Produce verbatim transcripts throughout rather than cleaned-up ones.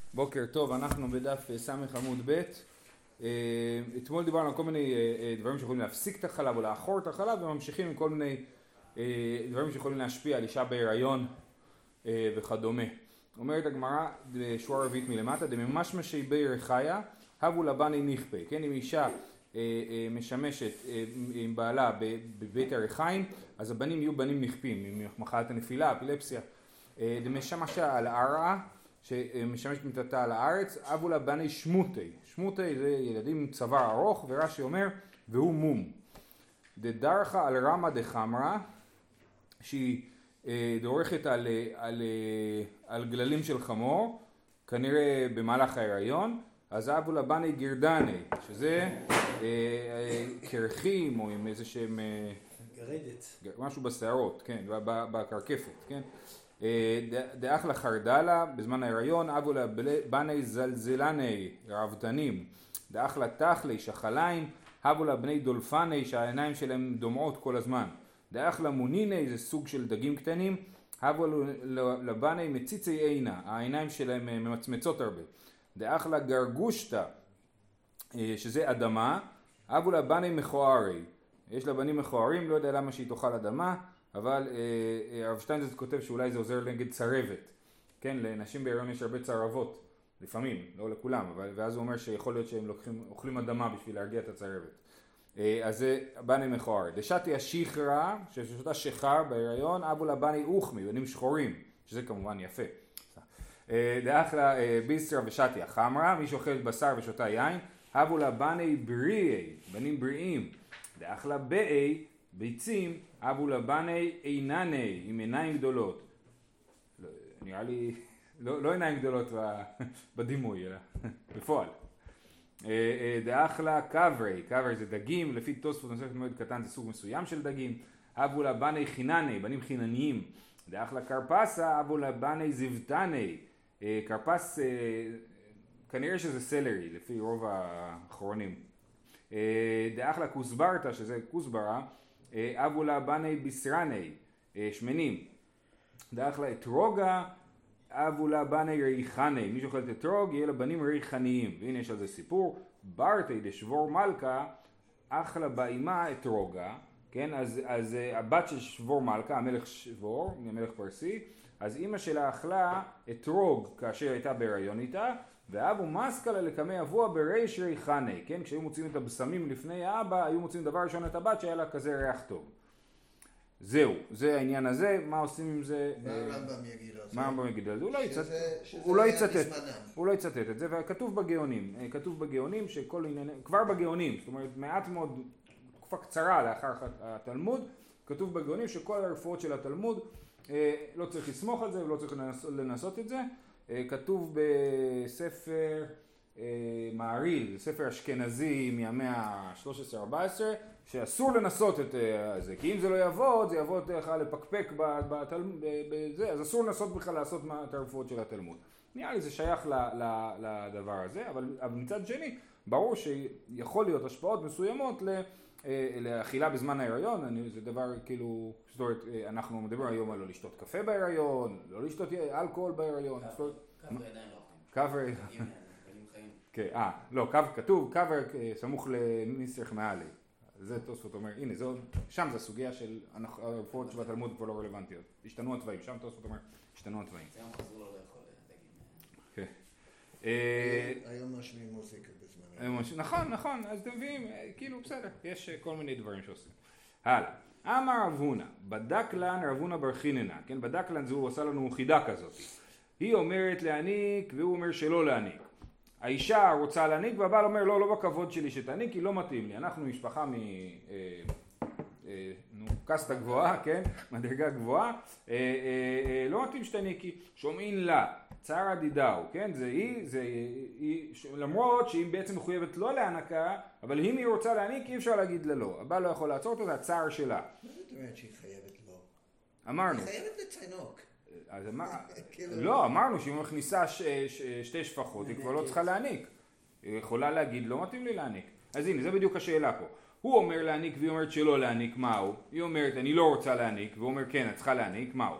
בוקר טוב, אנחנו בדף סמך עמוד ב'. אתמול דיברנו על כל מיני דברים שיכולים להפסיק את החלב או לאחור את החלב, וממשיכים עם כל מיני דברים שיכולים להשפיע על אישה בהיריון וכדומה. אומרת הגמרא בשורה רביעית מלמטה, דממש משי בי רחיה, הבו לבני נכפה. כן, אם אישה משמשת עם בעלה בבית הרחיים, אז הבנים יהיו בנים נכפים, עם מחלת הנפילה, אפילפסיה. דמשמשה על ערעה, שמשמשת מיטתה על הארץ, אבו לה בני שמותי. שמותי זה ילדים עם צוואר ארוך, ורש"י אומר, והוא מום. דדרכה על רמה דחמרה, שהיא דורכת על, על, על גללים של חמור, כנראה במהלך ההיריון, אז אבו לה בני גירדני, שזה קרחים או עם איזה שהם... גרדת. משהו בשערות, כן, בקרקפת, כן. דאח לחרדלה בזמן ההיריון, אבו לבני זלזלני רעבתנים, דאח לתחלי שחליים, אבו לבני דולפני שהעיניים שלהם דומעות כל הזמן, דאח למוניני זה סוג של דגים קטנים, אבו לבני מציצי עינה, העיניים שלהם ממצמצות הרבה, דאח לגרגושתה שזה אדמה, אבו לבני מכוערי, יש לבנים מכוערים, לא יודע למה שהיא תאכל אדמה, אבל הרב שטיינזלץ כותב שאולי זה עוזר נגד צרבת, כן, לנשים בהיריון יש הרבה צרבות, לפעמים, לא לכולם, אבל, ואז הוא אומר שיכול להיות שהם לוקחים, אוכלים אדמה בשביל להרגיע את הצרבת. אז זה בני מכוער. דשתי השכרה, ששותה שחר בהיריון, אבו לה בני אוכמי, בנים שחורים, שזה כמובן יפה. דאחלה ביסטרה ושתי החמרה, מי שאוכל בשר ושותה יין, אבו לה בני בריאי, בנים בריאים. דאחלה באי, ביצים, אבו לבני עינני, עם עיניים גדולות. לא, נראה לי, לא, לא עיניים גדולות בדימוי, אלא בפועל. דאחלה קברי, קברי זה דגים, לפי תוספות נוספת מאוד קטן זה סוג מסוים של דגים. אבו לבני חינני, בנים חינניים. דאחלה קרפסה, אבו לבני זבטני. קרפס, כנראה שזה סלרי, לפי רוב האחרונים. דאחלה כוסברתה, שזה כוסברה. אבו לה בני ביסרני, שמנים. דאחלה אתרוגה, אבו לה בני ריחני. מי שאוכל את אתרוג, יהיה לה בנים ריחניים. והנה יש על זה סיפור. ברתי דשבור מלכה, אחלה באימה אתרוגה. כן, אז, אז הבת של שבור מלכה, המלך שבור, המלך פרסי, אז אמא שלה אכלה אתרוג כאשר הייתה בהיריון איתה, ואבו מסקלה לקמי אבוה בריש ריחני, כן? כשהיו מוצאים את הבשמים לפני האבא, היו מוצאים דבר ראשון את הבת שהיה לה כזה ריח טוב. זהו, זה העניין הזה, מה עושים עם זה? מה הרמב"ם יגיד על זה? מה הרמב"ם יגיד על זה? הוא לא יצטט, שזה הוא לא היה יצטט, בזמנם. הוא לא יצטט את זה, וכתוב בגאונים, כתוב בגאונים שכל עניינים, כבר בגאונים, זאת אומרת מעט מאוד, תקופה קצרה לאחר התלמוד, כתוב בגאונים שכל הרפואות של התלמוד, לא צריך לסמוך על זה ולא צריך לנסות את זה. כתוב בספר מעריל, ספר אשכנזי מהמאה ה-שלוש עשרה ארבע עשרה, שאסור לנסות את זה, כי אם זה לא יעבוד, זה יעבוד לך לפקפק בזה, אז אסור לנסות בכלל לעשות את הרפואות של התלמוד. נראה לי זה שייך לדבר הזה, אבל מצד שני, ברור שיכול להיות השפעות מסוימות לאכילה בזמן ההיריון, זה דבר כאילו, זאת אומרת, אנחנו מדברים היום על לא לשתות קפה בהיריון, לא לשתות אלכוהול בהיריון. קו עדיין לא אוכלים. קו... כן, אה, לא, קו כתוב, קו סמוך לניסח מעלי. זה תוספות אומר, הנה, שם זה הסוגיה של הרפואות שבתלמוד כבר לא רלוונטיות. השתנו הצבעים, שם תוספות אומר, השתנו הצבעים. זה היום חזרו לו לאכול דגים. כן. היום משמיעים מוזיקה בזמן. נכון, נכון, אז אתם מביאים, כאילו בסדר, יש כל מיני דברים שעושים. הלאה, אמר רב הונא, בדק לן רב הונא בר חיננה, כן, בדק לן זה הוא עושה לנו חידה כזאת. היא אומרת להעניק והוא אומר שלא להעניק. האישה רוצה להעניק והבעל אומר לא, לא בכבוד שלי שתעניק, כי לא מתאים לי. אנחנו משפחה מ... קסטה גבוהה, כן, מדרגה גבוהה, לא מתאים שתעניקי, שומעים לה. צער דידאו, כן? זה היא, זה היא, למרות שהיא בעצם מחויבת לא להענקה, אבל אם היא רוצה להעניק, אי אפשר להגיד לה לא. הבעל לא יכול לעצור אותו, זה הצער שלה. מה זאת אומרת שהיא חייבת לא? אמרנו. היא חייבת לצינוק. אז אמר... לא, אמרנו שאם היא מכניסה ש... ש... שתי שפחות, היא כבר לא צריכה להעניק. היא יכולה להגיד, לא מתאים לי להעניק. אז הנה, זה בדיוק השאלה פה. הוא אומר להעניק והיא אומרת שלא להעניק, מהו? היא אומרת, אני לא רוצה להעניק, והוא אומר, כן, את צריכה להעניק, מהו?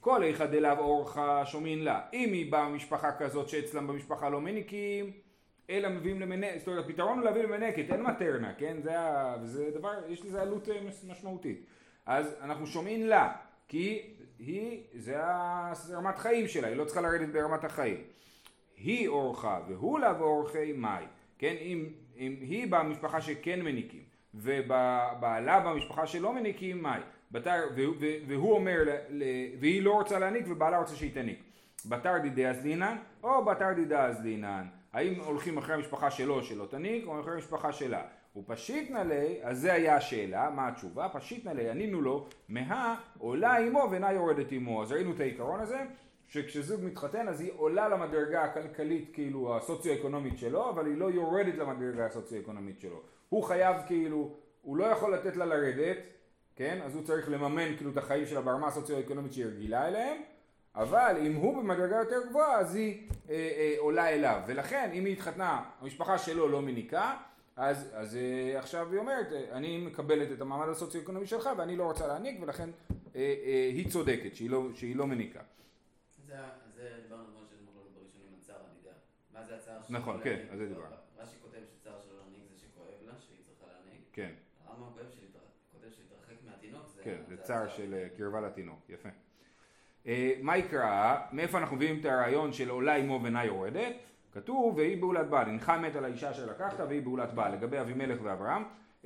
כל אחד אליו אורחה שומין לה. אם היא באה משפחה כזאת שאצלם במשפחה לא מניקים, אלא מביאים למנקת, זאת אומרת, הפתרון הוא להביא למנקת, אין מטרנה, כן? זה, ה... זה דבר, יש לזה עלות משמעותית. אז אנחנו שומעים לה, כי היא, זה הרמת חיים שלה, היא לא צריכה לרדת ברמת החיים. היא אורחה והוא לה ואורחי מאי, כן? אם, אם היא במשפחה שכן מניקים, ובעלה במשפחה שלא מניקים מאי, בתר, והוא, והוא אומר, ל, והיא לא רוצה להניק ובעלה רוצה שהיא תניק. בתר דידי אז לינן, או בתר דידה אז לינן. האם הולכים אחרי המשפחה שלו שלא תניק, או אחרי המשפחה שלה. הוא פשיט נלי, אז זה היה השאלה, מה התשובה? פשיט נלי, ענינו לו, מה עולה עמו ואינה יורדת עמו. אז ראינו את העיקרון הזה, שכשזוג מתחתן אז היא עולה למדרגה הכלכלית, כאילו הסוציו-אקונומית שלו, אבל היא לא יורדת למדרגה הסוציו-אקונומית שלו. הוא חייב כאילו, הוא לא יכול לתת לה לרדת, כן? אז הוא צריך לממן כאילו את החיים שלה ברמה הסוציו-אקונומית שהיא רגילה אליהם, אבל אם הוא במדרגה יותר גבוהה אז היא אה, אה, עולה אליו, ולכן אם היא התחתנה, המשפחה שלו לא מניקה, אז, אז אה, עכשיו היא אומרת, אני מקבלת את המעמד הסוציו-אקונומי שלך ואני לא רוצה להניק, ולכן אה, אה, היא צודקת שהיא לא, שהיא לא מניקה. זה, זה דיברנו כמו שנמחלו בראשונים על צער הנידה. מה זה הצער שלו? נכון, כן, על זה דיברנו. רש"י כותב שצער שלו להניק זה שכואב לה, שהיא צריכה להניק. כן. הרמב"ם כותב שהתרחק מהתינוק, זה... כן, זה צער של קרבה לתינוק, יפה. מה יקרא, מאיפה אנחנו מביאים את הרעיון של עולה עמו ואינה יורדת? כתוב, והיא בעולת בעל, אינך מת על האישה שלקחת והיא בעולת בעל, לגבי אבימלך ואברהם.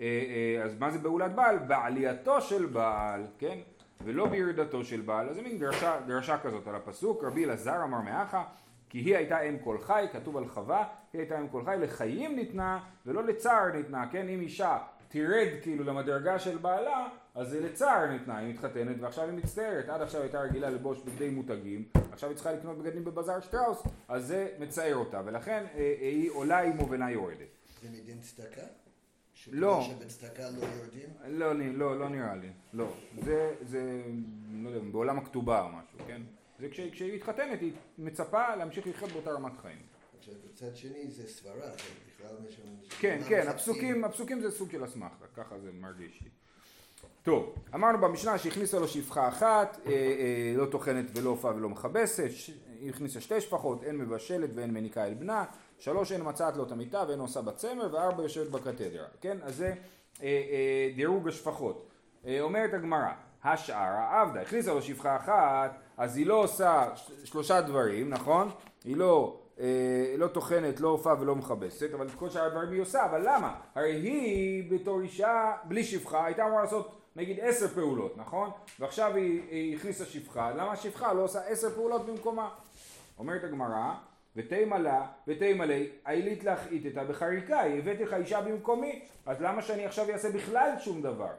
אז מה זה בעולת בעל? בעלייתו של בעל, כן? ולא בירידתו של בעל. אז זה מין דרשה, דרשה כזאת על הפסוק. רבי אלעזר אמר מאחה, כי היא הייתה אם כל חי, כתוב על חווה, היא הייתה אם כל חי, לחיים ניתנה ולא לצער ניתנה, כן? אם אישה תירד כאילו למדרגה של בעלה, אז זה לצער ניתנה, היא מתחתנת ועכשיו היא מצטערת, עד עכשיו הייתה רגילה לבוש בגדי מותגים, עכשיו היא צריכה לקנות בגדים בבזאר שטראוס, אז זה מצער אותה, ולכן אה, היא עולה עמו ואינה יורדת. זה מדין צדקה? לא. שבצדקה לא יורדים? לא, לא, לא נראה לי, לא. זה, זה, לא יודע, בעולם הכתובה או משהו, כן? זה כש, כשהיא מתחתנת, היא מצפה להמשיך לחיות באותה רמת חיים. עכשיו, בצד שני זה סברה, זה בכלל משהו... כן, כן, הפסוקים, הפסוקים זה סוג של אסמכתה, ככה זה מרגיש לי. טוב, אמרנו במשנה שהכניסה לו שפחה אחת, אה, אה, לא טוחנת ולא הופעה ולא מכבסת, היא הכניסה שתי שפחות, אין מבשלת ואין מניקה אל בנה, שלוש אין מצאת לו את המיטה ואין עושה בצמר, וארבע יושבת בקתדרה, כן? אז זה אה, אה, דירוג השפחות. אה, אומרת הגמרא, השערה עבדה, הכניסה לו שפחה אחת, אז היא לא עושה שלושה דברים, נכון? היא לא... לא טוחנת, לא הופעה ולא מכבסת, אבל את כל שאר הדברים היא עושה, אבל למה? הרי היא בתור אישה בלי שפחה הייתה אמורה לעשות נגיד עשר פעולות, נכון? ועכשיו היא, היא הכניסה שפחה, למה השפחה לא עושה עשר פעולות במקומה? אומרת הגמרא, ותימה לה, ותימה לי, אילית לך איתתה בחריקה, הבאתי לך אישה במקומי, אז למה שאני עכשיו אעשה בכלל שום דבר?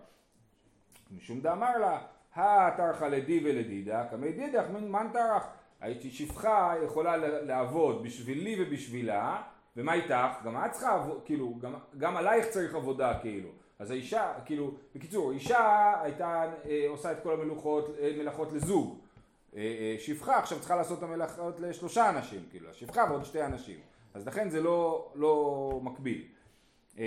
משום דאמר לה, הטרחה לדי ולדידה, כמי דידך מן טרח. הייתי שפחה יכולה לעבוד בשבילי ובשבילה, ומה איתך? גם את צריכה, כאילו, גם, גם עלייך צריך עבודה, כאילו. אז האישה, כאילו, בקיצור, אישה הייתה אה, עושה את כל המלאכות, אה, מלאכות לזוג. אה, אה, שפחה עכשיו צריכה לעשות את המלאכות לשלושה אנשים, כאילו, השפחה ועוד שתי אנשים. אז לכן זה לא, לא מקביל. אה,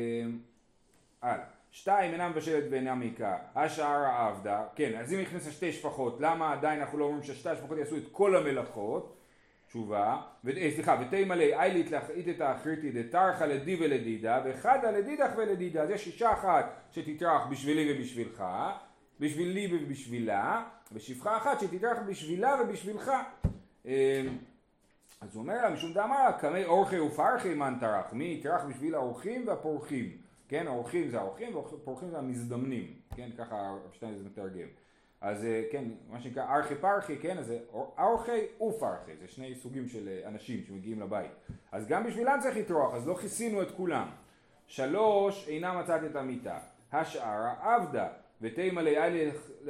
הלאה. שתיים אינה מבשלת ואינה מעיקה, השער העבדה, כן, אז אם הכניסה שתי שפחות, למה עדיין אנחנו לא אומרים ששתי השפחות יעשו את כל המלאכות? תשובה, ו, סליחה, ותימה לי, אילית להחית את האחריתי דתרחה לדי ולדידה, ואחדה לדידך ולדידה, אז יש אישה אחת שתטרח בשבילי ובשבילך, בשבילי ובשבילה, ושפחה אחת שתטרח בשבילה ובשבילך. אז הוא אומר לה, משום דאמר לה, כמי אורחי ופרחי מן טרח, מי יטרח בשביל האורחים והפורחים. כן, האורחים זה האורחים והפורחים זה המזדמנים, כן, ככה שתיים זה מתרגם. אז כן, מה שנקרא ארכי פרחי, כן, אז זה אורחי ופרחי, זה שני סוגים של אנשים שמגיעים לבית. אז גם בשבילם צריך לטרוח, אז לא כיסינו את כולם. שלוש, אינה מצאת את המיטה. השערה עבדה, ותימה לי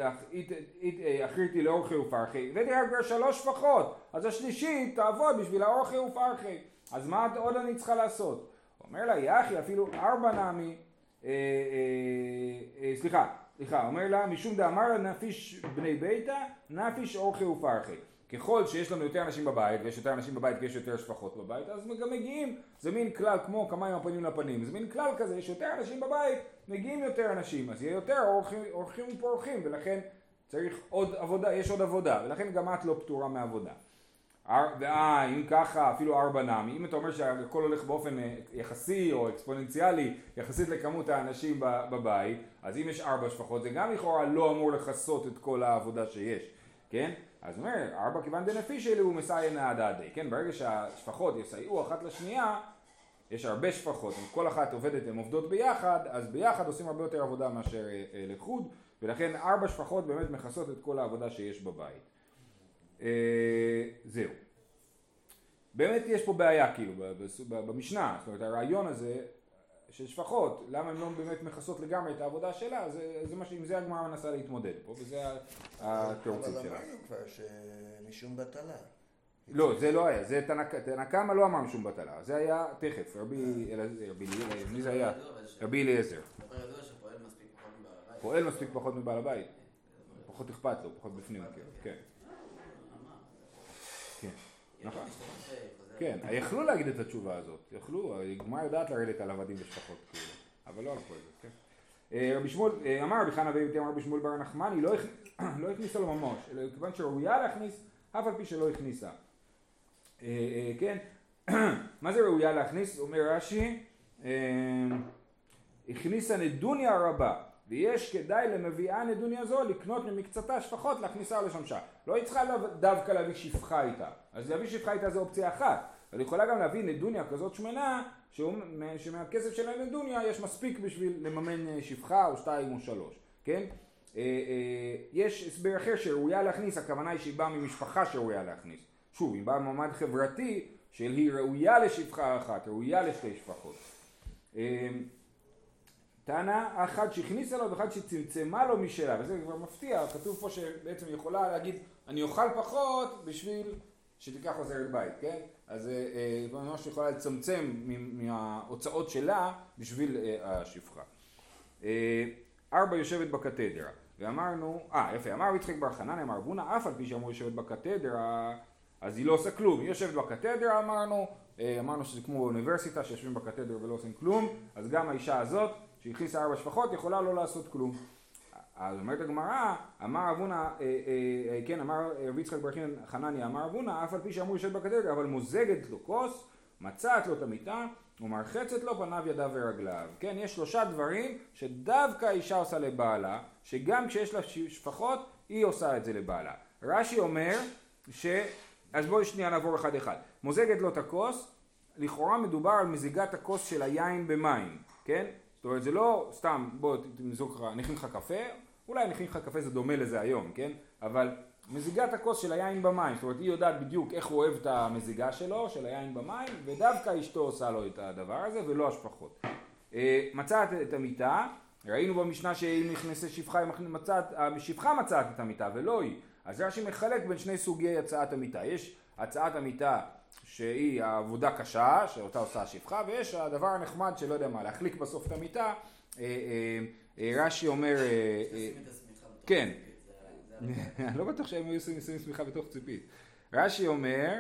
אחריתי לאורחי ופרחי, ותראה כבר שלוש שפחות, אז השלישית תעבוד בשביל האורחי ופרחי. אז מה עוד אני צריכה לעשות? אומר לה, יחי, אפילו ארבע נעמי, אה, אה, אה, סליחה, סליחה, אומר לה, משום דאמר לה נפיש בני ביתה, נפיש אורחי ופרחי. ככל שיש לנו יותר אנשים בבית, ויש יותר אנשים בבית כי יש יותר שפחות בבית, אז גם מגיעים, זה מין כלל כמו כמה עם הפנים לפנים, זה מין כלל כזה, יש יותר אנשים בבית, מגיעים יותר אנשים, אז יהיה יותר אורחים, אורחים ופורחים, ולכן צריך עוד עבודה, יש עוד עבודה, ולכן גם את לא פטורה מעבודה. ואה, אם ככה, אפילו ארבע נמי, אם אתה אומר שהכל הולך באופן יחסי או אקספוננציאלי, יחסית לכמות האנשים בבית, אז אם יש ארבע שפחות, זה גם לכאורה לא אמור לחסות את כל העבודה שיש, כן? אז הוא אומר, ארבע כיוון דנפישי הוא מסייע נעדדי, כן? ברגע שהשפחות יסייעו אחת לשנייה, יש הרבה שפחות, אם כל אחת עובדת, הן עובדות ביחד, אז ביחד עושים הרבה יותר עבודה מאשר לחוד, ולכן ארבע שפחות באמת מכסות את כל העבודה שיש בבית. זהו. באמת יש פה בעיה כאילו במשנה, זאת אומרת הרעיון הזה של שפחות, למה הן לא באמת מכסות לגמרי את העבודה שלה, זה, זה מה שעם זה הגמרא מנסה להתמודד פה, וזה התירוצים שלה. אבל אמרנו כבר שמשום בטלה. לא, זה לא היה, זה תנא קמא לא אמר משום בטלה, זה היה תכף, רבי אליעזר, מי זה היה? רבי אליעזר. פועל מספיק פחות מבעל הבית, פחות אכפת לו, פחות בפנים, כן. נכון. כן, יכלו להגיד את התשובה הזאת, יכלו, הגמרא יודעת לרדת על עבדים ושפחות כאילו, אבל לא על כל זה, כן. רבי שמואל, אמר רבי חנא בן אמר רבי שמואל בר נחמני, לא הכניסה לו ממש, אלא כיוון שראויה להכניס, אף על פי שלא הכניסה. כן, מה זה ראויה להכניס? אומר רש"י, הכניסה נדוניה רבה. ויש כדאי למביאה נדוניה זו לקנות ממקצתה שפחות להכניסה לשמשה. לא היא צריכה דווקא להביא שפחה איתה. אז להביא שפחה איתה זה אופציה אחת. אבל היא יכולה גם להביא נדוניה כזאת שמנה, שמהכסף של הנדוניה יש מספיק בשביל לממן שפחה או שתיים או שלוש. כן? יש הסבר אחר שראויה להכניס, הכוונה היא שהיא באה ממשפחה שראויה להכניס. שוב, היא באה ממעמד חברתי של היא ראויה לשפחה אחת, ראויה לשתי שפחות. טענה אחת שהכניסה לו ואחת שצמצמה לו משלה, וזה כבר מפתיע, כתוב פה שבעצם היא יכולה להגיד אני אוכל פחות בשביל שתיקח עוזרת בית, כן? אז היא ממש יכולה לצמצם מההוצאות שלה בשביל השפחה. ארבע יושבת בקתדרה, ואמרנו, אה יפה, אמר יצחק בר חנן, אמר בונה, אף על פי שאמרו יושבת בקתדרה, אז היא לא עושה כלום, היא יושבת בקתדרה אמרנו, אמרנו שזה כמו אוניברסיטה שיושבים בקתדרה ולא עושים כלום, אז גם האישה הזאת שהכניסה ארבע שפחות יכולה לא לעשות כלום. אז אומרת הגמרא, אמר אבונה, כן, אמר רבי יצחק בר חנניה, אמר אבונה, אף על פי שאמרו יושבת בקתדרה, אבל מוזגת לו כוס, מצאת לו את המיטה, ומרחצת לו פניו ידיו ורגליו. כן, יש שלושה דברים שדווקא האישה עושה לבעלה, שגם כשיש לה שפחות, היא עושה את זה לבעלה. רש"י אומר ש... אז בואו שנייה נעבור אחד אחד. מוזגת לו את הכוס, לכאורה מדובר על מזיגת הכוס של היין במים, כן? זאת אומרת, זה לא סתם, בוא נזוג לך, נכין לך קפה, אולי נכין לך קפה זה דומה לזה היום, כן? אבל מזיגת הכוס של היין במים, זאת אומרת, היא יודעת בדיוק איך הוא אוהב את המזיגה שלו, של היין במים, ודווקא אשתו עושה לו את הדבר הזה, ולא השפחות. מצאת את המיטה, ראינו במשנה שהיא נכנסת שפחה, השפחה מצאת את המיטה, ולא היא. אז רש"י מחלק בין שני סוגי הצעת המיטה. יש הצעת המיטה שהיא העבודה קשה, שאותה עושה השפחה, ויש הדבר הנחמד שלא יודע מה, להחליק בסוף את המיטה. רש"י אומר... כן. אני לא בטוח שהם היו עושים סמיכה בתוך ציפית. רש"י אומר,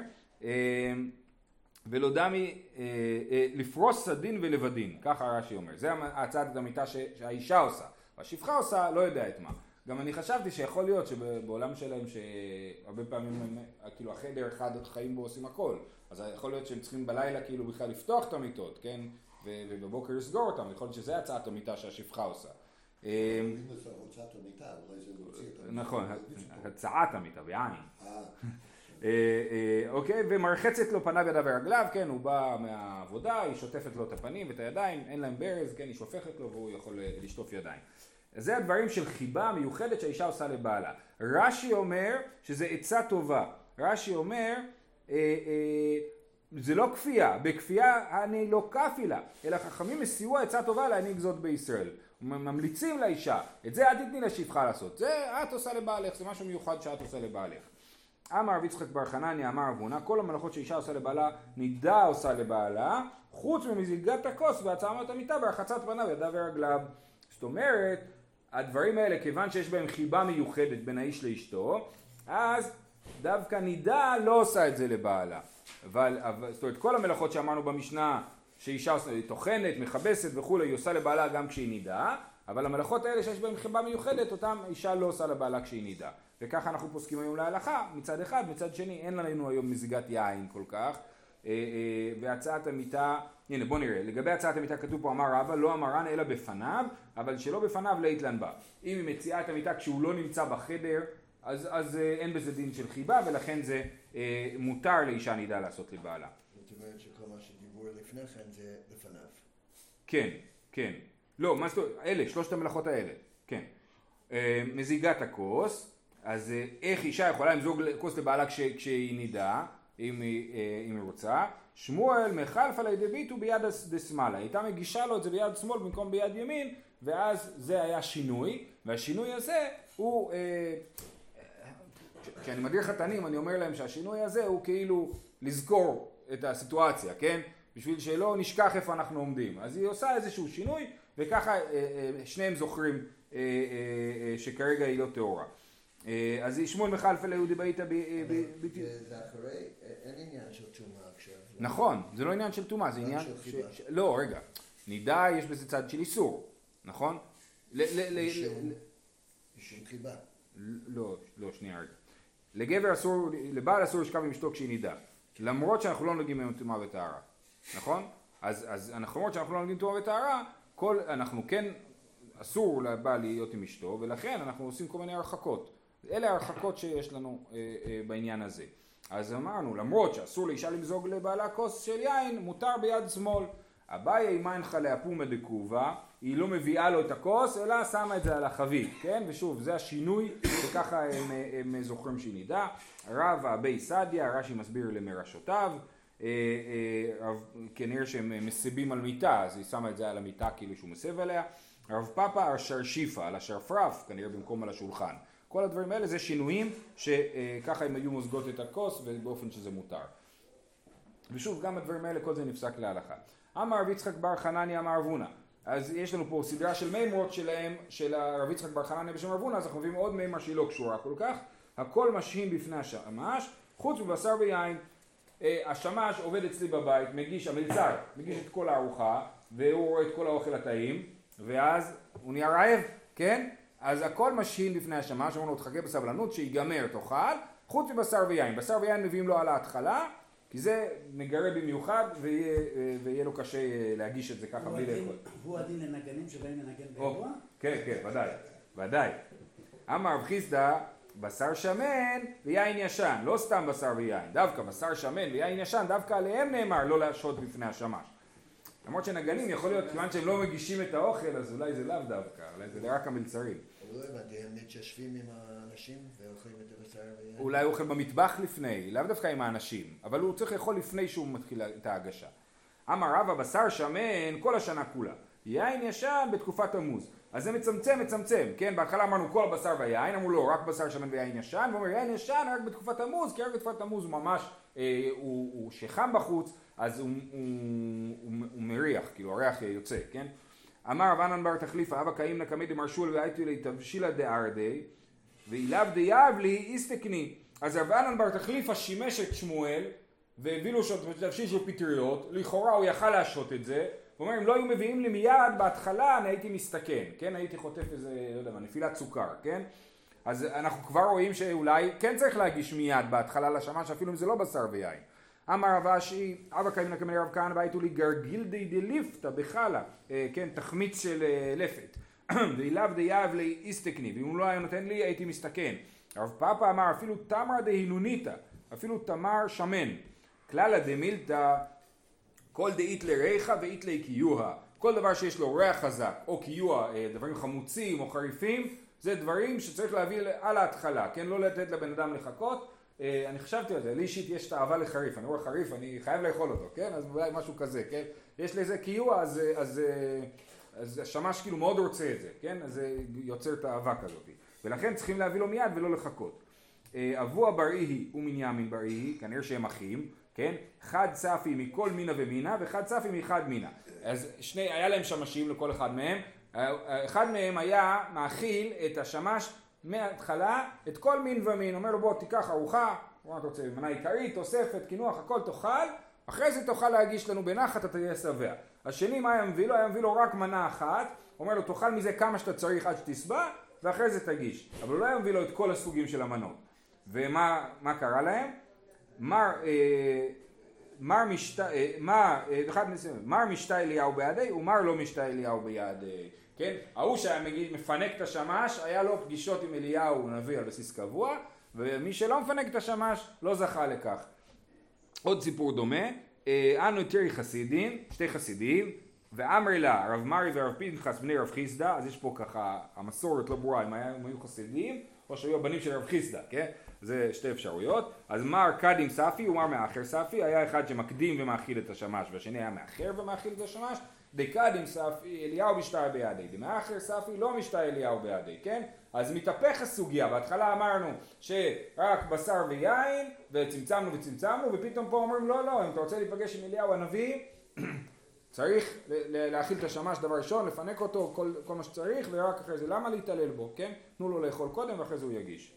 ולא דמי, לפרוס סדין ולבדין, ככה רש"י אומר. זה הצעת המיטה שהאישה עושה. והשפחה עושה, לא יודע את מה. גם אני חשבתי שיכול להיות שבעולם שלהם שהרבה פעמים כאילו החדר אחד חיים בו עושים הכל, אז יכול להיות שהם צריכים בלילה כאילו בכלל לפתוח את המיטות, כן? ובבוקר לסגור אותם, יכול להיות שזה הצעת המיטה שהשפחה עושה. הוצאת המיטה, אולי זה להוציא את המיטה. נכון, הצעת המיטה, בעין. אוקיי, ומרחצת לו פניו ידיו ורגליו, כן, הוא בא מהעבודה, היא שוטפת לו את הפנים ואת הידיים, אין להם ברז, כן, היא שופכת לו והוא יכול לשטוף ידיים. זה הדברים של חיבה מיוחדת שהאישה עושה לבעלה. רש"י אומר שזה עצה טובה. רש"י אומר, אה, אה, זה לא כפייה. בכפייה אני לא כפי לה, אלא חכמים מסיעו עצה טובה להנהיג זאת בישראל. ממליצים לאישה, את זה אל תתני לשפחה לעשות. זה את עושה לבעלך, זה משהו מיוחד שאת עושה לבעלך. אמר רבי יצחק בר חנניה, אמר אבונה, כל המלאכות שאישה עושה לבעלה, נידה עושה לבעלה, חוץ ממזיגת הכוס והצמת המיטה ורחצת פניו ידיו ורגליו. זאת אומרת, הדברים האלה, כיוון שיש בהם חיבה מיוחדת בין האיש לאשתו, אז דווקא נידה לא עושה את זה לבעלה. אבל, אבל זאת אומרת, כל המלאכות שאמרנו במשנה, שאישה טוחנת, מכבסת וכו', היא עושה לבעלה גם כשהיא נידה, אבל המלאכות האלה שיש בהן חיבה מיוחדת, אותם אישה לא עושה לבעלה כשהיא נידה. וככה אנחנו פוסקים היום להלכה, מצד אחד, מצד שני, אין לנו היום מזיגת יין כל כך, והצעת המיטה, הנה בוא נראה, לגבי הצעת המיטה כתוב פה אמר רבא, לא אמרן אלא בפניו, אבל שלא בפניו להתלן בה. אם היא מציעה את המיטה כשהוא לא נמצא בחדר, אז, אז אין בזה דין של חיבה, ולכן זה אה, מותר לאישה נידה לעשות לבעלה. זאת אומרת שכל מה שדיבור לפני כן זה לפניו. כן, כן. לא, מה זאת אומרת? אלה, שלושת המלאכות האלה. כן. אה, מזיגת הכוס, אז אה, איך אישה יכולה למזוג כוס לבעלה כש, כשהיא נידה, אם היא, אה, אם היא רוצה. שמואל מחלף על ידי ביטו ביד דשמאלה. הייתה מגישה לו את זה ביד שמאל במקום ביד ימין, ואז זה היה שינוי, והשינוי הזה הוא... אה, כשאני מדריך חתנים אני אומר להם שהשינוי הזה הוא כאילו לזכור את הסיטואציה, כן? בשביל שלא נשכח איפה אנחנו עומדים. אז היא עושה איזשהו שינוי וככה שניהם זוכרים שכרגע היא לא תאורה. אז שמואל מחלף אל יהודי ביתה ביתי... זה אחרי, אין עניין של תומה עכשיו. נכון, זה לא עניין של תומה, זה עניין... לא, רגע. נידה יש בזה צד של איסור, נכון? משום חיבה. לא, לא, שנייה רגע. לגבר אסור, לבעל אסור לשכב עם אשתו כשהיא נידה, למרות שאנחנו לא נוגעים עם טומאה וטהרה, נכון? אז, אז אנחנו למרות שאנחנו לא נוגעים טומאה וטהרה, כל, אנחנו כן אסור לבעל להיות עם אשתו, ולכן אנחנו עושים כל מיני הרחקות. אלה הרחקות שיש לנו אה, אה, בעניין הזה. אז אמרנו, למרות שאסור לאישה למזוג לבעלה כוס של יין, מותר ביד שמאל. אביי אימנך לאפומא דקובה, היא לא מביאה לו את הכוס, אלא שמה את זה על החבית, כן? ושוב, זה השינוי, וככה הם, הם זוכרים שהיא נידה. רב אבי סדיה, רש"י מסביר למרשותיו, כנראה שהם מסבים על מיטה, אז היא שמה את זה על המיטה כאילו שהוא מסב עליה. רב פאפה השרשיפה, על השרפרף, כנראה במקום על השולחן. כל הדברים האלה זה שינויים שככה הם היו מוזגות את הכוס ובאופן שזה מותר. ושוב, גם הדברים האלה, כל זה נפסק להלכה. אמר רב יצחק בר חנניה אמר רבונה. אז יש לנו פה סדרה של מימרות שלהם, של הרב יצחק בר חנניה בשם רבונה, אז אנחנו מביאים עוד מימרה שהיא לא קשורה כל כך. הכל משהים בפני השמש, חוץ מבשר ויין. השמש עובד אצלי בבית, מגיש, המלצר, מגיש את כל הארוחה, והוא רואה את כל האוכל הטעים, ואז הוא נהיה רעב, כן? אז הכל משהים בפני השמש, אמרנו, תחכה בסבלנות, שיגמר תאכל, חוץ מבשר ויין. בשר ויין מביאים לו על ההתחלה, כי זה מגרה במיוחד, ויהיה, ויהיה לו קשה להגיש את זה ככה בלי לאכול. הוא הדין לנגנים שבאים לנגן באירוע? כן, כן, ודאי, ודאי. אמר רב חיסדא, בשר שמן ויין ישן, לא סתם בשר ויין, דווקא בשר שמן ויין ישן, דווקא עליהם נאמר לא להשהות בפני השמש. למרות שנגנים יכול להיות, כיוון שהם לא מגישים את האוכל, אז אולי זה לאו דווקא, אולי זה רק המלצרים. אבל לא הבנתי, הם מתיישבים עם האנשים ואוכלים את הבשר ויין? אולי הוא אוכל במטבח לפני, לאו דווקא עם האנשים, אבל הוא צריך לאכול לפני שהוא מתחיל את ההגשה. אמר רבא, בשר שמן כל השנה כולה, יין ישן בתקופת תמוז. אז זה מצמצם, מצמצם, כן? בהתחלה אמרנו כל הבשר והיין, אמרו לא, רק בשר שמן ויין ישן, והוא אומר יין ישן רק בתקופת תמוז, כי רק בתקופת תמוז הוא ממש, אה, הוא, הוא שחם בחוץ, אז הוא, הוא, הוא, הוא מריח, כאילו הריח יוצא, כן? אמר רב ענן בר תחליפה, אבא קאים נקמי דמרשול והייתי לי תבשילה דארדי, ואילב דייב לי איסתקני. אז רב ענן בר תחליפה שימש את שמואל, והביא לו תבשיל של פטריות, לכאורה הוא יכל להשעות את זה, הוא אומר, אם לא היו מביאים לי מיד, בהתחלה אני הייתי מסתכן, כן? הייתי חוטף איזה, לא יודע מה, נפילת סוכר, כן? אז אנחנו כבר רואים שאולי כן צריך להגיש מיד בהתחלה לשמש, אפילו אם זה לא בשר ויין. אמר רב אשי, אבא קיים נקמי רב כהנא והייתו לי גרגיל די דליפתא בחלה, כן, תחמיץ של לפת. ואילב דייב לי איסתקני, ואם הוא לא היה נותן לי הייתי מסתכן. רב פאפה אמר, אפילו תמרה דהינוניתא, אפילו תמר שמן. כללה דמילתא, כל דאית לריחה ואית לקיוה. כל דבר שיש לו ריח חזק, או קיוע, דברים חמוצים או חריפים, זה דברים שצריך להביא על ההתחלה, כן? לא לתת לבן אדם לחכות. אני חשבתי על זה, לי אישית יש תאווה לחריף, אני רואה חריף, אני חייב לאכול אותו, כן? אז אולי משהו כזה, כן? יש לזה קיוע, אז, אז, אז השמש כאילו מאוד רוצה את זה, כן? אז זה יוצר תאווה כזאת. ולכן צריכים להביא לו מיד ולא לחכות. אבו הבראי ומנימין בראי, כנראה שהם אחים, כן? חד צפי מכל מינה ומינה וחד צפי מחד מינה. אז שני, היה להם שמשים לכל אחד מהם. אחד מהם היה מאכיל את השמש מההתחלה, את כל מין ומין. אומר לו בוא תיקח ארוחה, מה אתה רוצה, מנה עיקרית, תוספת, קינוח, הכל תאכל, אחרי זה תוכל להגיש לנו בנחת, אתה תהיה שבע. השני מה היה מביא לו? היה מביא לו רק מנה אחת, אומר לו תאכל מזה כמה שאתה צריך עד שתשבע, ואחרי זה תגיש. אבל הוא לא היה מביא לו את כל הסוגים של המנות. ומה מה קרה להם? מר, אה, מר משתה, אה, מה, אה, אחד נסיים, מר משתה אליהו בידי ומר לא משתה אליהו בידי. כן? ההוא שהיה מגיד, מפנק את השמש, היה לו פגישות עם אליהו נביא על בסיס קבוע, ומי שלא מפנק את השמש לא זכה לכך. עוד סיפור דומה, אנו תראי חסידים, שתי חסידים, ואמר לה, רב מרי ורב פנחס בני רב חיסדא, אז יש פה ככה, המסורת לא ברורה, אם היו חסידים, או שהיו הבנים של רב חיסדא, כן? זה שתי אפשרויות. אז מר קדים ספי ומר מאחר ספי, היה אחד שמקדים ומאכיל את השמש, והשני היה מאחר ומאכיל את השמש, דקדים ספי אליהו משתה בידי, דמאחר ספי לא משתה אליהו בידי, כן? אז מתהפך הסוגיה, בהתחלה אמרנו שרק בשר ויין, וצמצמנו וצמצמנו, ופתאום פה אומרים לא, לא, אם אתה רוצה להיפגש עם אליהו הנביא, צריך להאכיל את השמש דבר ראשון, לפנק אותו, כל, כל מה שצריך, ורק אחרי זה, למה להתעלל בו, כן? תנו לו לאכול קודם, ואחרי זה הוא יגיש.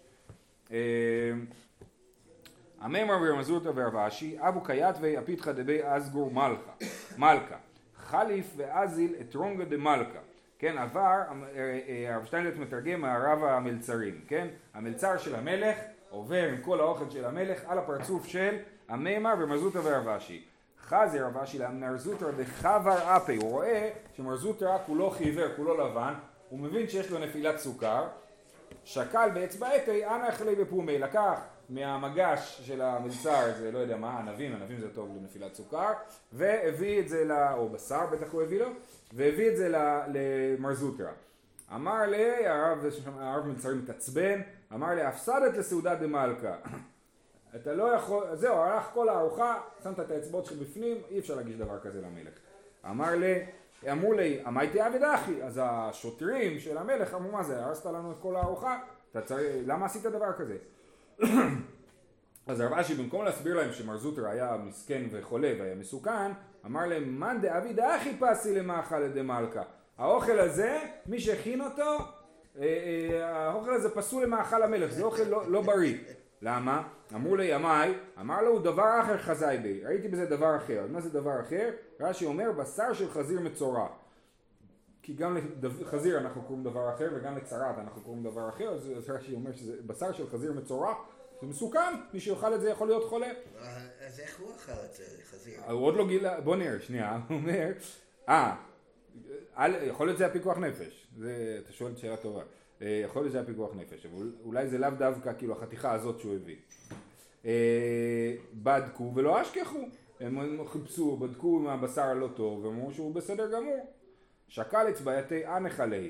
הממר ורמזותא ורב אשי, אבו קייטווי הפיתחא דבי אסגור מלכה, מלכה, חליף ואזיל אתרונגא דמלכה. כן, עבר, הרב שטיינזלץ מתרגם מהרב המלצרים, כן? המלצר של המלך עובר עם כל האוכל של המלך על הפרצוף של הממר ורמזותא ורב אשי. חזי רב אשי למנרזותא דחבר אפי, הוא רואה שמרזותא כולו חיוור, כולו לבן, הוא מבין שיש לו נפילת סוכר, שקל באצבעתי, אנא אכלי בפומי, לקח מהמגש של המלצר, זה לא יודע מה, ענבים, ענבים זה טוב לנפילת סוכר, והביא את זה, ל... או בשר בטח הוא הביא לו, והביא את זה למרזותא. אמר לי, הרב, הרב מלצרים מתעצבן, אמר לי, הפסדת לסעודה דמלכה. אתה לא יכול, זהו, הלך כל הארוחה, שמת את האצבעות שלך בפנים, אי אפשר להגיש דבר כזה למלך. אמר לי, אמרו לי, אמייתי עבד אחי, אז השוטרים של המלך אמרו, מה זה, הרסת לנו את כל הארוחה, אתה צריך, למה עשית דבר כזה? אז הרב אשי במקום להסביר להם שמרזותא היה מסכן וחולה והיה מסוכן, אמר להם, מן דעביד אחי פסי למאכל לדמלכה. האוכל הזה, מי שהכין אותו, האוכל הזה פסול למאכל המלך, זה אוכל לא, לא בריא. למה? אמרו לי ימי, אמר לו דבר אחר חזאי בי, ראיתי בזה דבר אחר. מה זה דבר אחר? רש"י אומר בשר של חזיר מצורע. כי גם לחזיר אנחנו קוראים דבר אחר וגם לצרעת אנחנו קוראים דבר אחר, אז רש"י אומר שזה בשר של חזיר מצורע, זה מסוכן, מי שיאכל את זה יכול להיות חולה. אז איך הוא אכל את זה, חזיר? הוא עוד לא גילה, בוא נראה, שנייה, הוא אומר, אה, יכול להיות זה הפיקוח נפש, זה, אתה שואל שאלה טובה. יכול להיות שזה היה פיקוח נפש, אבל אולי זה לאו דווקא כאילו החתיכה הזאת שהוא הביא. בדקו ולא אשכחו, הם חיפשו, בדקו עם הבשר הלא טוב, ואמרו שהוא בסדר גמור. שקל אצבעתי אנך עלי,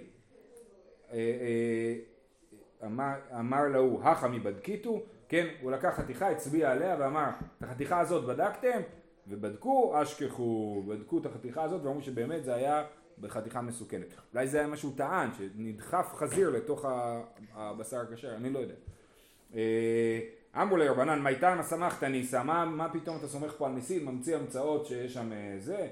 אמר לו החמי בדקיתו, כן, הוא לקח חתיכה, הצביע עליה ואמר, את החתיכה הזאת בדקתם? ובדקו, אשכחו, בדקו את החתיכה הזאת ואמרו שבאמת זה היה בחתיכה מסוכנת. אולי זה היה משהו טען, שנדחף חזיר לתוך הבשר הכשר, אני לא יודע. אמרו לרבנן, מה איתן השמחת ניסה, מה, מה פתאום אתה סומך פה על ניסים, ממציא המצאות שיש שם זה,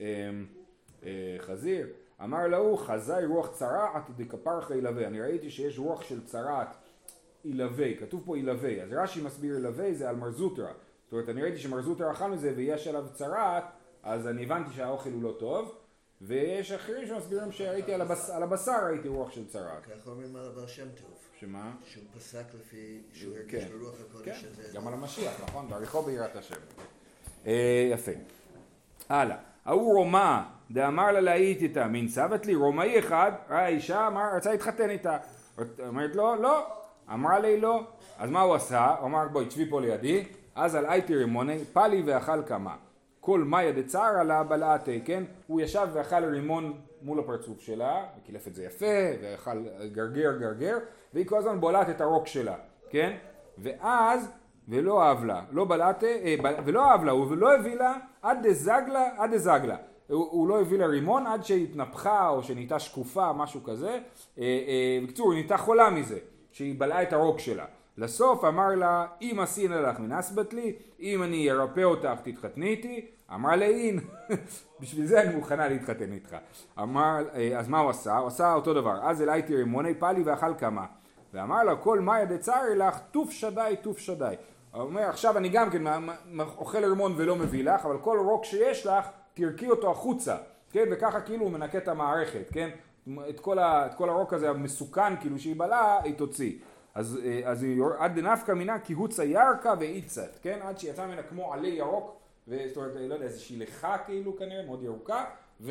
חזיר. אמר לו, חזאי רוח צרעת דקפרחה ילווה. אני ראיתי שיש רוח של צרעת ילווה, כתוב פה ילווה. אז רש"י מסביר ילווה זה על מרזותא. זאת אומרת, אני ראיתי שמרזותא אכל מזה ויש עליו צרעת, אז אני הבנתי שהאוכל הוא לא טוב. ויש אחרים שמסבירים שראיתי על, הבס... על הבשר ראיתי רוח של צרעת. כך אומרים על הבעל שם טוב. שמה? שהוא פסק לפי, שהוא הרגיש כן. לרוח הקודש כן. הזה. גם על המשיח, נכון? בעריכו ביראת השם. אה, יפה. הלאה. ההוא רומא, דאמר לה להיט איתה, מן סבת לי, רומאי אחד, האישה אמר, רצה להתחתן איתה. אומרת לו, לא. אמרה לי לא. אז מה הוא עשה? הוא אמר, בואי, תשבי פה לידי. אז על אייטי רימוני, פלי ואכל כמה. כל מאיה דצער עלה בלעתי, כן? הוא ישב ואכל רימון מול הפרצוף שלה, וקילף את זה יפה, ואכל גרגר גרגר, והיא כל הזמן בולעת את הרוק שלה, כן? ואז, ולא אהב לה, לא בלעתי, אה, ב, ולא אהב לה, הוא לא הביא לה עד דזגלה, עד דזגלה. הוא, הוא לא הביא לה רימון עד שהתנפחה או שנהייתה שקופה, משהו כזה. אה, אה, בקצור, היא נהייתה חולה מזה, שהיא בלעה את הרוק שלה. לסוף אמר לה, אם עשינה לך מנסבת לי, אם אני ארפא אותך תתחתני איתי, אמר לה אין, בשביל זה אני מוכנה להתחתן איתך. אמר, אז מה הוא עשה? הוא עשה אותו דבר, אז אליי תרימוני פלי ואכל כמה, ואמר לה, כל מאיה דצערי לך, תוף שדי, תוף שדי. הוא אומר, עכשיו אני גם כן אוכל רימון ולא מביא לך, אבל כל רוק שיש לך, תרקי אותו החוצה, כן? וככה כאילו הוא מנקה את המערכת, כן? את כל, ה, את כל הרוק הזה המסוכן, כאילו שהיא בלעה, היא תוציא. אז, אז היא עד דנפקא מינה כי הוצא ירקה ואיצת, כן? עד שיצא ממנה כמו עלי ירוק, זאת אומרת, לא יודע, איזושהי לחה כאילו כנראה, מאוד ירוקה,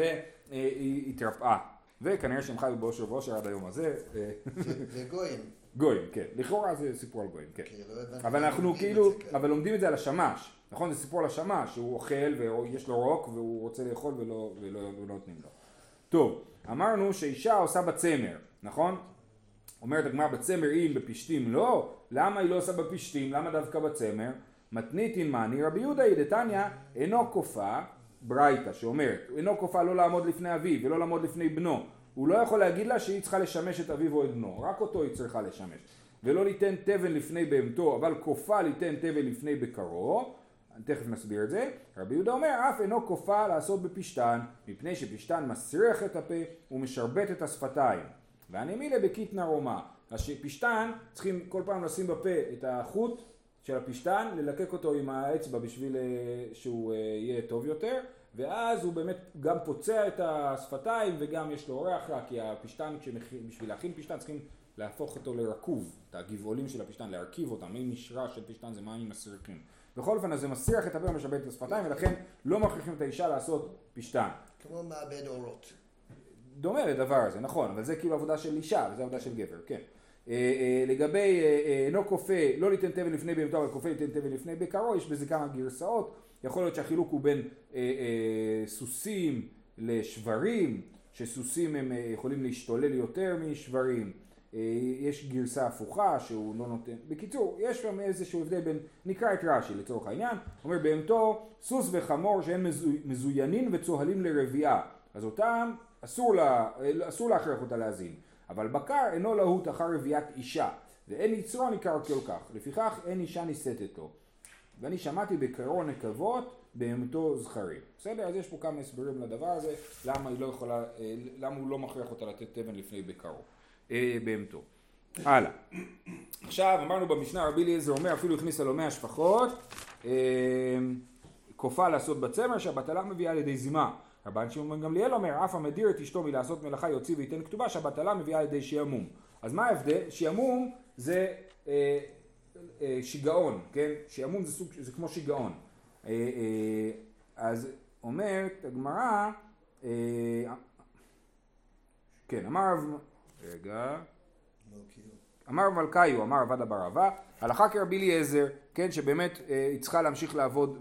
והיא התרפאה. וכנראה שהם חיו באושר ואושר עד היום הזה. זה גויים. גויים, כן. לכאורה זה סיפור על גויים, כן. אבל אנחנו כאילו, אבל לומדים את זה על השמש. נכון? זה סיפור על השמש, שהוא אוכל ויש לו רוק והוא רוצה לאכול ולא נותנים לו. טוב, אמרנו שאישה עושה בצמר, נכון? אומרת הגמרא בצמר אם בפשתים לא, למה היא לא עושה בפשתים? למה דווקא בצמר? מתניתין מאני רבי יהודה דתניא אינו כופה ברייתא שאומרת, אינו כופה לא לעמוד לפני אביו ולא לעמוד לפני בנו. הוא לא יכול להגיד לה שהיא צריכה לשמש את אביו או את בנו, רק אותו היא צריכה לשמש. ולא ליתן תבן לפני בהמתו, אבל כופה ליתן תבן לפני בקרו. תכף נסביר את זה. רבי יהודה אומר, אף אינו כופה לעשות בפשתן, מפני שפשתן מסריח את הפה ומשרבט את השפתיים. ואני מילה בקיטנה רומה. פשתן צריכים כל פעם לשים בפה את החוט של הפשתן, ללקק אותו עם האצבע בשביל שהוא יהיה טוב יותר, ואז הוא באמת גם פוצע את השפתיים וגם יש לו ריח רע, כי הפשתן, בשביל להכין פשתן צריכים להפוך אותו לרקוב, את הגבעולים של הפשתן, להרכיב אותם, מי משרה של פשתן זה מים מסריחים. בכל אופן, אז זה מסריח את הפה ומשרבט את השפתיים, ולכן לא מכריחים את האישה לעשות פשתן. כמו מעבד אורות. דומה לדבר הזה, נכון, אבל זה כאילו עבודה של אישה, וזה עבודה של גבר, כן. לגבי אינו כופה, לא ליתן תבן לפני בהמתו, אבל כופה ליתן תבן לפני בקרו, יש בזה כמה גרסאות. יכול להיות שהחילוק הוא בין אה, אה, סוסים לשברים, שסוסים הם אה, יכולים להשתולל יותר משברים. אה, יש גרסה הפוכה שהוא לא נותן. בקיצור, יש שם איזשהו הבדל בין, נקרא את רש"י לצורך העניין, אומר בהמתו סוס וחמור שהם מזו, מזוינין וצוהלים לרביעה. אז אותם אסור, לה, אסור להכריח אותה להזין. אבל בקר אינו להוט אחר רביעת אישה, ואין יצרו ניכר כל כך. לפיכך אין אישה נישאת לו. ואני שמעתי בקרו נקבות בהמתו זכרים. בסדר? אז יש פה כמה הסברים לדבר הזה, למה היא לא יכולה, למה הוא לא מכריח אותה לתת תבן לפני בקרו, אה, בהמתו. הלאה. עכשיו אמרנו במשנה רבי אליעזר אומר אפילו הכניסה לו מאה שפחות, אה, כופה לעשות בצמר שהבטלה מביאה על ידי זימה. רבן שמעון גמליאל אומר אף המדיר את אשתו מלעשות מלאכה יוציא וייתן כתובה שהבטלה מביאה על ידי שעמום. אז מה ההבדל? שעמום זה אה, שיגעון, כן? שעמום זה סוג, זה כמו שיגעון. אז אומרת הגמרא, כן, אמר, רגע, אמר מלכיו, אמר עבדה בר אבא, הלכה כרבי אליעזר, כן, שבאמת היא צריכה להמשיך לעבוד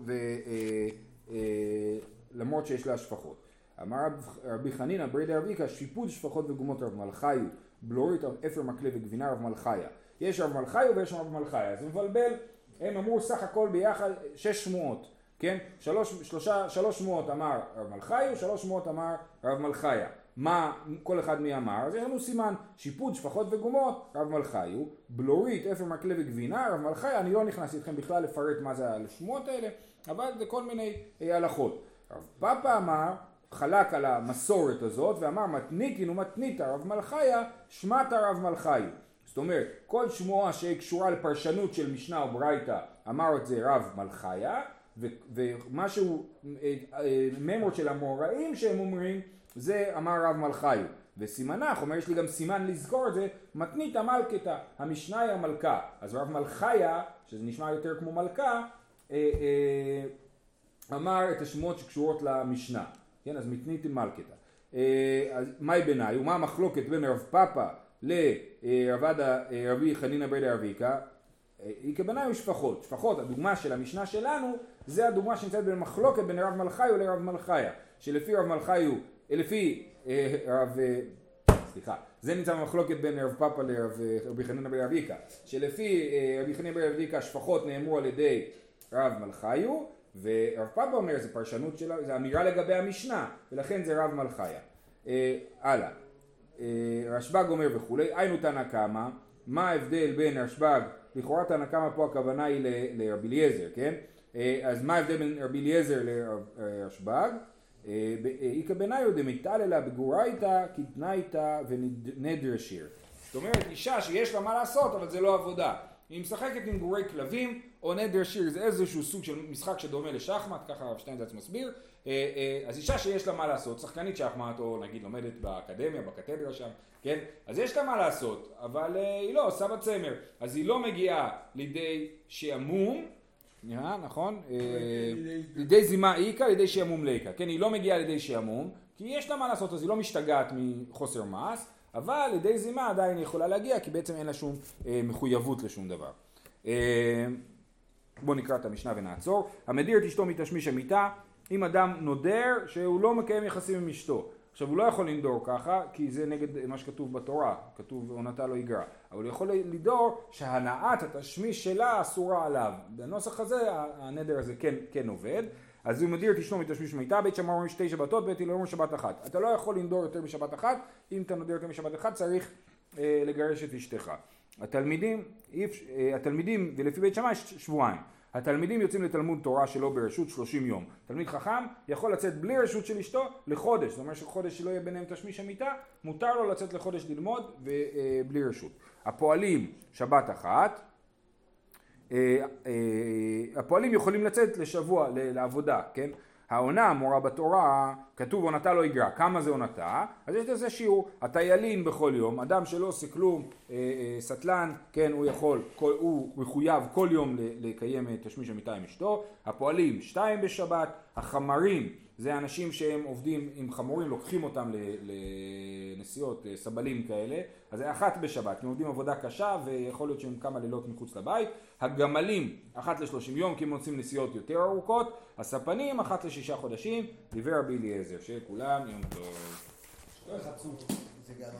למרות שיש לה שפחות. אמר רבי חנינא ברי דרב איקרא, שיפוד שפחות וגומות רב מלכיו, בלורית אפר מקלה וגבינה רב מלכיה. יש רב מלכיו ויש רב מלכיה, זה מבלבל, הם אמרו סך הכל ביחד שש שמועות, כן? שלוש, שלושה, שלוש שמועות אמר רב מלכיו, שלוש שמועות אמר רב מלכיה. מה כל אחד מי אמר? אז יש לנו סימן, שיפוד שפחות וגומות, רב מלכיו, בלורית אפר מקלה וגבינה, רב מלכיה. אני לא נכנס איתכם בכלל לפרט מה זה השמועות האלה, אבל זה כל מיני הלכות. רב פאפא אמר, חלק על המסורת הזאת ואמר מתניתין ומתניתא רב מלכיה, שמעת רב מלכיו. זאת אומרת, כל שמועה שקשורה לפרשנות של משנה או ברייתא, אמר את זה רב מלכיה, ומשהו, ממרות של המוראים שהם אומרים, זה אמר רב מלכיו. וסימנך, אומר, יש לי גם סימן לזכור את זה, מתניתא מלכתא, המשנה היא המלכה. אז רב מלכיה, שזה נשמע יותר כמו מלכה, אמר את השמועות שקשורות למשנה. כן, אז מתניתין מלכתא. אז מהי ביניי? ומה המחלוקת בין רב פאפא לרבי חנינא ברי דרב איקרא? היא כבניי ושפחות. שפחות, הדוגמה של המשנה שלנו, זה הדוגמה שנמצאת בין מחלוקת בין רב מלכיו לרב מלכיה. שלפי רב מלכיו, לפי רב, סליחה, זה נמצא במחלוקת בין רב פאפא לרבי חנינא ברי דרב איקרא. שלפי רבי חנינא ברי דרב איקרא, שפחות נאמרו על ידי רב מלכיו, ורב פאפא אומר, זה פרשנות שלה, זה אמירה לגבי המשנה, ולכן זה רב מלכיה. הלאה. רשב"ג אומר וכולי, היינו תנא קמא, מה ההבדל בין רשב"ג, לכאורה תנא קמא פה הכוונה היא לרבי אליעזר, כן? אז מה ההבדל בין רבי אליעזר לרשב"ג? איקא בניו דמיטללה בגורייתא קטנייתא ונדרשיר. זאת אומרת, אישה שיש לה מה לעשות, אבל זה לא עבודה. היא משחקת עם גורי כלבים, או נדר שיר, זה איזשהו סוג של משחק שדומה לשחמט, ככה שטיינזלץ מסביר. אז אישה שיש לה מה לעשות, שחקנית שחמט, או נגיד לומדת באקדמיה, בקתדרה שם, כן? אז יש לה מה לעשות, אבל היא לא עושה בצמר. אז היא לא מגיעה לידי שעמום, נכון? לידי זימה איקה, לידי שעמום ליקה, כן? היא לא מגיעה לידי שעמום, כי יש לה מה לעשות, אז היא לא משתגעת מחוסר מעש, אבל לידי זימה עדיין היא יכולה להגיע, כי בעצם אין לה שום אה, מחויבות לשום דבר. אה, בואו נקרא את המשנה ונעצור. המדיר את אשתו מתשמיש המיטה, אם אדם נודר שהוא לא מקיים יחסים עם אשתו. עכשיו הוא לא יכול לנדור ככה, כי זה נגד מה שכתוב בתורה, כתוב עונתה לא יגרע. אבל הוא יכול לדור שהנעת התשמיש שלה אסורה עליו. בנוסח הזה הנדר הזה כן, כן עובד. אז הוא מדיר את אשתו מתשמיש מיטה, בית שמאי אומרים שתי שבתות, בית הלל אומרים שבת אחת. אתה לא יכול לנדור יותר משבת אחת, אם אתה נודר יותר משבת אחת צריך אה, לגרש את אשתך. התלמידים, אה, התלמידים ולפי בית שמאי שבועיים. התלמידים יוצאים לתלמוד תורה שלא ברשות שלושים יום. תלמיד חכם יכול לצאת בלי רשות של אשתו לחודש, זאת אומרת שחודש שלא יהיה ביניהם תשמיש המיטה, מותר לו לצאת לחודש ללמוד ובלי רשות. הפועלים שבת אחת, הפועלים יכולים לצאת לשבוע לעבודה, כן? העונה מורה בתורה, כתוב עונתה לא יגרע, כמה זה עונתה? אז יש לזה שיעור, הטיילין בכל יום, אדם שלא עושה כלום, סטלן, כן, הוא יכול, הוא מחויב כל יום לקיים תשמיש המיטה עם אשתו, הפועלים שתיים בשבת, החמרים, זה אנשים שהם עובדים עם חמורים, לוקחים אותם לנסיעות, סבלים כאלה, אז זה אחת בשבת, הם עובדים עבודה קשה ויכול להיות שהם כמה לילות מחוץ לבית, הגמלים אחת לשלושים יום כי הם עושים נסיעות יותר ארוכות, הספנים אחת לשישה חודשים, דיבר רבי אליעזר, שכולם יום טוב.